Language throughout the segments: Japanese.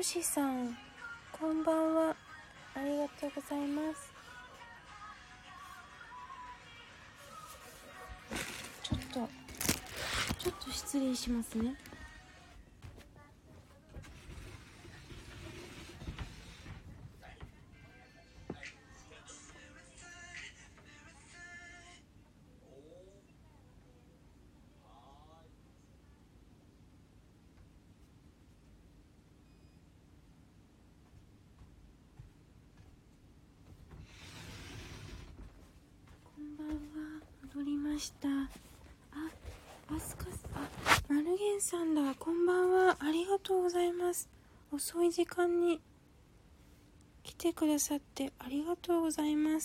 しさん、こんばんは。ありがとうございます。ちょっと失礼しますね。こんばんは。戻りました。アスカマルゲンさんだ。こんばんは。ありがとうございます。遅い時間に来てくださってありがとうございます。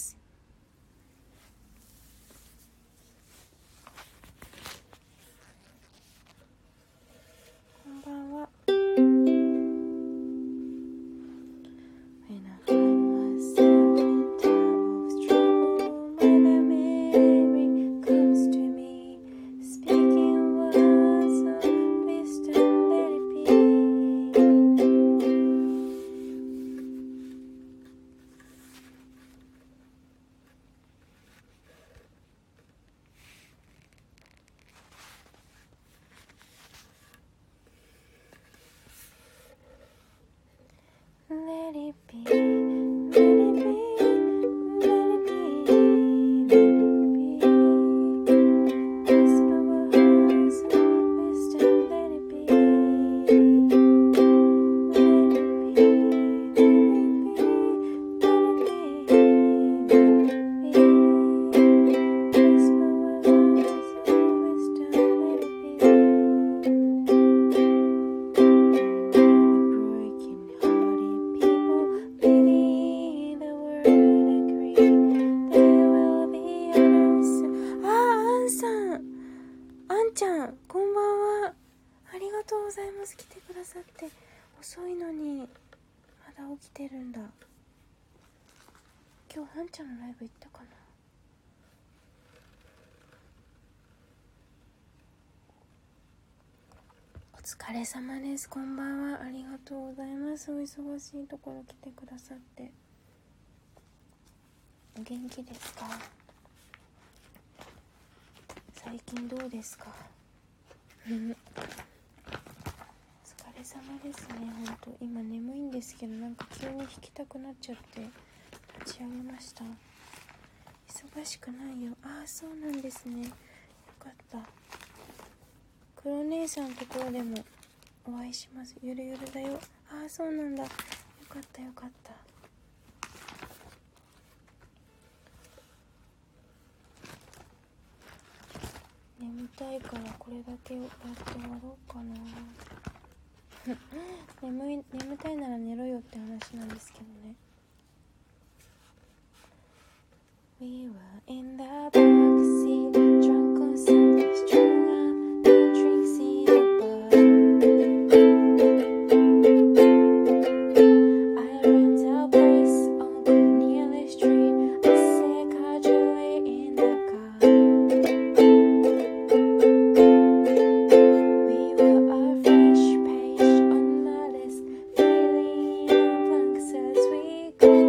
こんばんは。Let it be, let it be, let it be, let it be. Whisper words of wisdom, let it be. Let it be, let it be, let it be. Whisper words of wisdom, let it be.こんばんは。ありがとうございます。来てくださって。遅いのにまだ起きてるんだ。今日はんちゃんのライブ行ったかな。お疲れ様です。こんばんは。ありがとうございます。お忙しいところ来てくださって。お元気ですか？最近どうですか？お疲れ様ですね。ほんと今眠いんですけど、なんか急に弾きたくなっちゃって立ち上げました。忙しくないよ。そうなんですね。よかった。黒姉さんのところでもお会いします。ゆるゆるだよ。そうなんだ。よかったよかった。眠たいからこれだけやって終わろうかな。眠たいなら寝ろよって話なんですけどね。We were in the backseat, drunk on something stronger, no drinks in the bar. I rent a place on Cornelia Street. I said casually in the car. We were a fresh page on the list, filling in blanks as we go.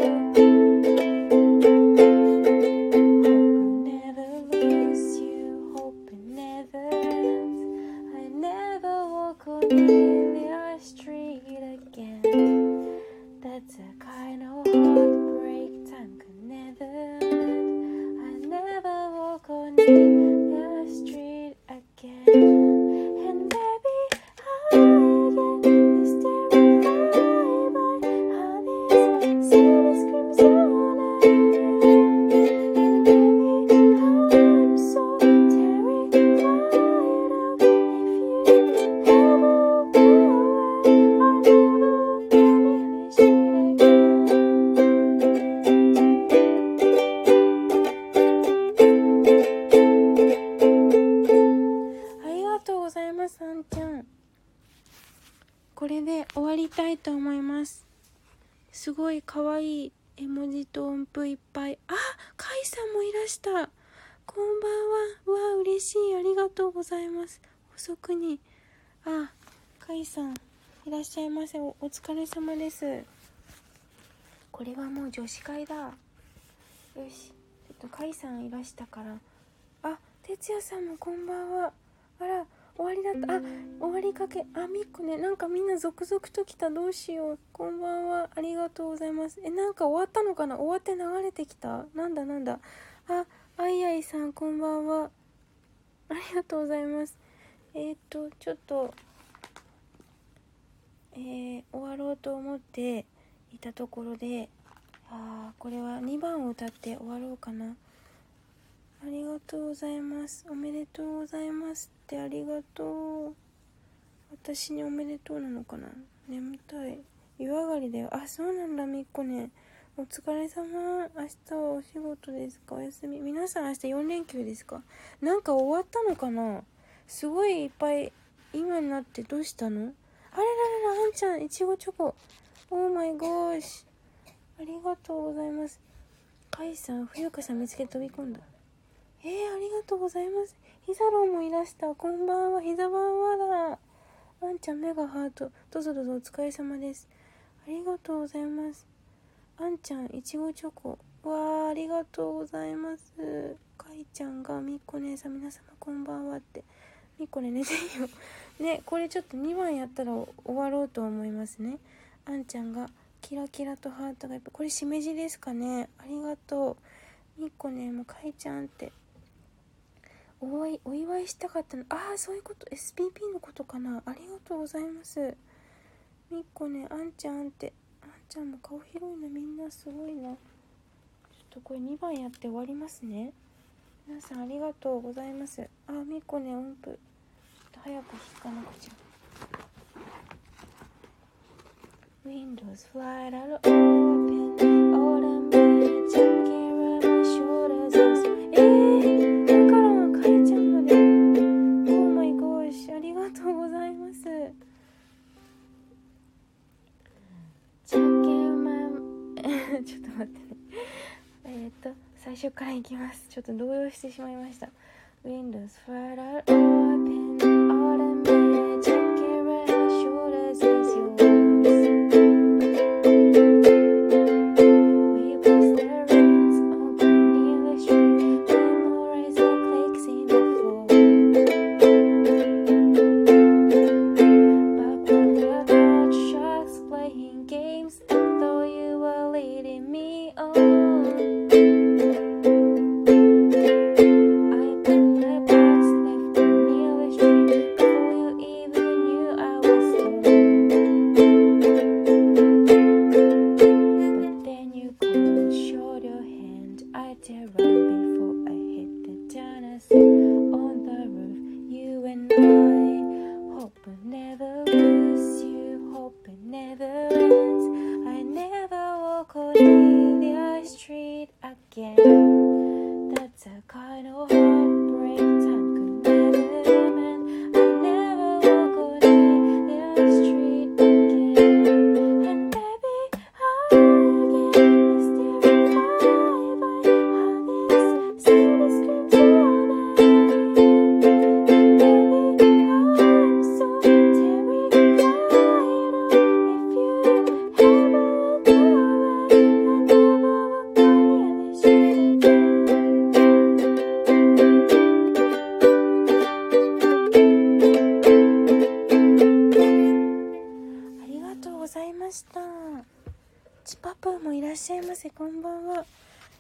Cornelia Street again. That's a kind of heartbreak time could never end. I never walk Cornelia Street again. And baby, I get this terrified by how this city screams your name. And baby, I'm so terrified of if you everこれで終わりたいと思います。すごい可愛い絵文字と音符いっぱい。カイさんもいらした。こんばんは。嬉しい。ありがとうございます。遅くに。カイさんいらっしゃいませ。 お疲れ様です。これはもう女子会だ。よし、ちょっとカイさんいらしたから。あ、哲也さんもこんばんは。あら、終わりだった。あ、終わりかけ。あ、みっこね、なんかみんな続々と来た。どうしよう。こんばんは、ありがとうございます。なんか終わったのかな。終わって流れてきた。なんだ。あ、あいあいさんこんばんは、ありがとうございます。ちょっと終わろうと思っていたところで、これは2番を歌って終わろうかな。ありがとうございます。おめでとうございますって、ありがとう。私におめでとうなのかな。眠たい。湯上がりだよ。あ、そうなんだ。みっこね、お疲れ様。明日はお仕事ですか？お休み？皆さん明日4連休ですか？なんか終わったのかな。すごいいっぱい今になって。どうしたの？あれららら、あんちゃんいちごチョコ。オーマイゴーシ、ありがとうございます。カイさん、冬香さん見つけて飛び込んだ。ありがとうございます。ヒザロンもいらした。こんばんは。ヒザバンはだ。あんちゃん、メガハート。どうぞお疲れ様です。ありがとうございます。あんちゃん、いちごチョコ。わー、ありがとうございます。かいちゃんが、みっこ姉さん、皆様こんばんはって。みっこね、寝てよ。ね、これちょっと2番やったら終わろうと思いますね。あんちゃんが、キラキラとハートがいっぱい。これしめじですかね。ありがとう。みっこね、もうかいちゃんって。お祝いしたかったの。そういうこと。SPP のことかな。ありがとうございます。みっこね、あんちゃんって。あんちゃんも顔広いな。みんなすごいな。ちょっとこれ2番やって終わりますね。皆さんありがとうございます。みっこね、音符。ちょっと早く弾かなくちゃ。Windows fly out open, all the magic around my shoulders is わからん、かいちゃんまで。Oh my gosh、ありがとうございます。ちょっと待ってね。最初からいきます。ちょっと動揺してしまいました。Windows fly out open, all the magic around my shoulders is yours.チパプーもいらっしゃいませ。こんばんは。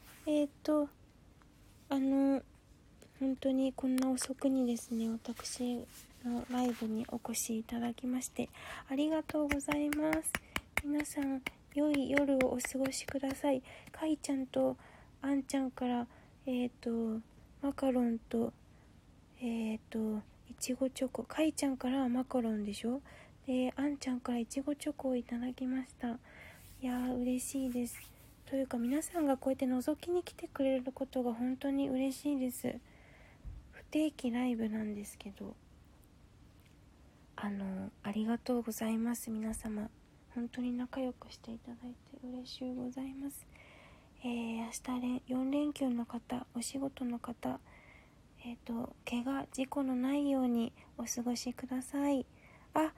本当にこんな遅くにですね、私のライブにお越しいただきましてありがとうございます。皆さん良い夜をお過ごしください。かいちゃんとあんちゃんからマカロンといちごチョコ。かいちゃんからマカロンでしょ。であんちゃんからいちごチョコをいただきました。いやー嬉しいです。というか皆さんがこうやって覗きに来てくれることが本当に嬉しいです。不定期ライブなんですけど、ありがとうございます。皆様本当に仲良くしていただいて嬉しゅうございます。明日4連休の方、お仕事の方、怪我事故のないようにお過ごしください。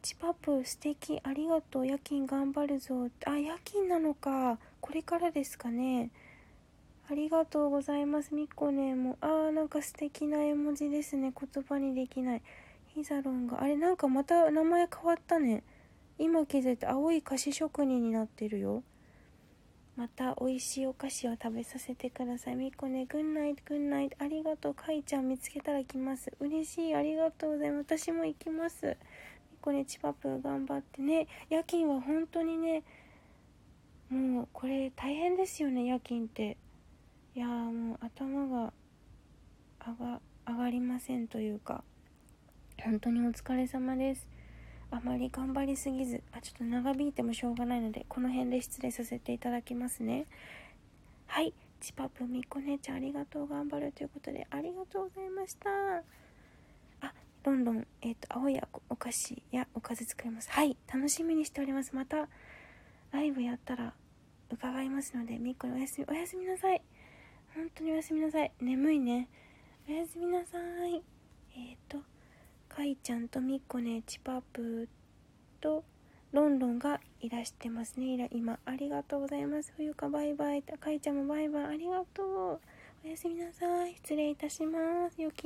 チパプ素敵、ありがとう、夜勤頑張るぞ。あ、夜勤なのか、これからですかね。ありがとうございます。みこねもなんか素敵な絵文字ですね。言葉にできない。ヒザロンがなんかまた名前変わったね。今気づいて、青い菓子職人になってるよ。また美味しいお菓子を食べさせてください。みこね、グッナイトグッナイト、ありがとう。かいちゃん見つけたら来ます。嬉しい、ありがとうございます。私も行きます。みこね、チパプ頑張ってね。夜勤は本当にね、もうこれ大変ですよね、夜勤って。いやもう頭が上がりませんというか、本当にお疲れ様です。あまり頑張りすぎず、ちょっと長引いてもしょうがないので、この辺で失礼させていただきますね。はい、ちぱぷみこ姉ちゃんありがとう、頑張るということで、ありがとうございました。ロンドン、青いお菓子やおかず作ります。はい、楽しみにしております。またライブやったら伺いますので、みっこにおやすみなさい。本当におやすみなさい。眠いね。おやすみなさい。かいちゃんとみっこね、ちぱぷとロンロンがいらしてますね。今ありがとうございます。冬かバイバイ。かいちゃんもバイバイ、ありがとう。おやすみなさい。失礼いたします。